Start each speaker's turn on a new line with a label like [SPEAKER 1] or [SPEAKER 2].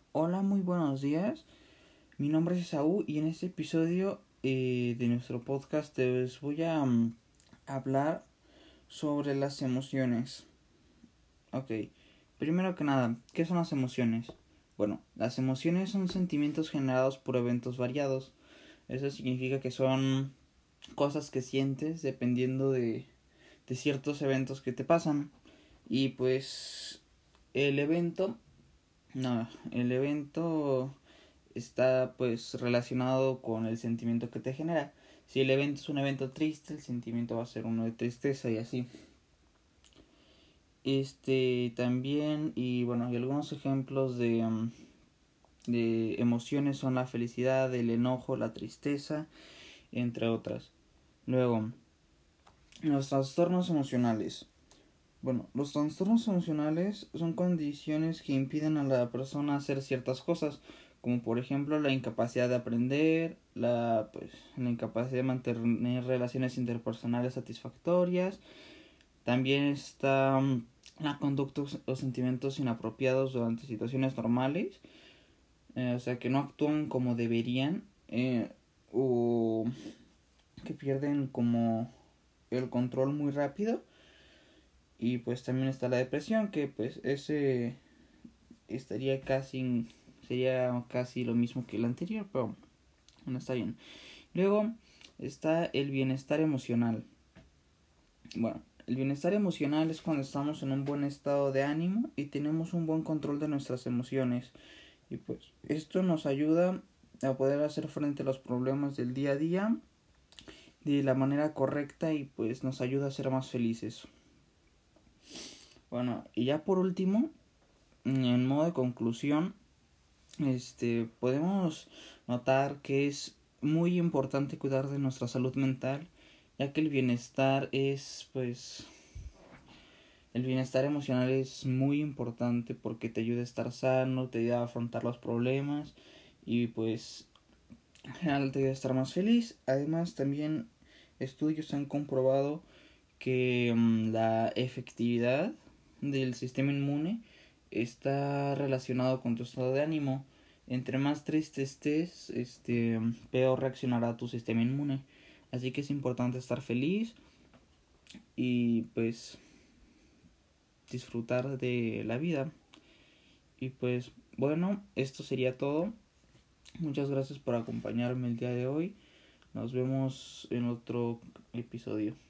[SPEAKER 1] Hola, muy buenos días. Mi nombre es Esaú y en este episodio de nuestro podcast les voy a hablar sobre las emociones. Ok, primero que nada, ¿qué son las emociones? Bueno, las emociones son sentimientos generados por eventos variados. Eso significa que son cosas que sientes dependiendo de ciertos eventos que te pasan. Y pues el evento, el evento está pues relacionado con el sentimiento que te genera. Si el evento es un evento triste, el sentimiento va a ser uno de tristeza y así. También, y bueno, y algunos ejemplos de emociones son la felicidad, el enojo, la tristeza, entre otras. Luego, los trastornos emocionales. Bueno, los trastornos emocionales son condiciones que impiden a la persona hacer ciertas cosas, como por ejemplo la incapacidad de aprender, la incapacidad de mantener relaciones interpersonales satisfactorias. También está la conducta o sentimientos inapropiados durante situaciones normales, o sea que no actúan como deberían, o que pierden como el control muy rápido. Y pues también está la depresión, que pues ese estaría casi, sería casi lo mismo que el anterior, pero no está bien. Luego está el bienestar emocional. Bueno, el bienestar emocional es cuando estamos en un buen estado de ánimo y tenemos un buen control de nuestras emociones. Y pues esto nos ayuda a poder hacer frente a los problemas del día a día de la manera correcta y pues nos ayuda a ser más felices. Bueno, y ya por último, en modo de conclusión, podemos notar que es muy importante cuidar de nuestra salud mental, ya que el bienestar emocional es muy importante porque te ayuda a estar sano, te ayuda a afrontar los problemas y pues en general te ayuda a estar más feliz. Además también estudios han comprobado que la efectividad del sistema inmune está relacionado con tu estado de ánimo. Entre más triste estés, peor reaccionará tu sistema inmune. Así que es importante estar feliz y pues disfrutar de la vida. Y pues bueno, esto sería todo. Muchas gracias por acompañarme el día de hoy. Nos vemos en otro episodio.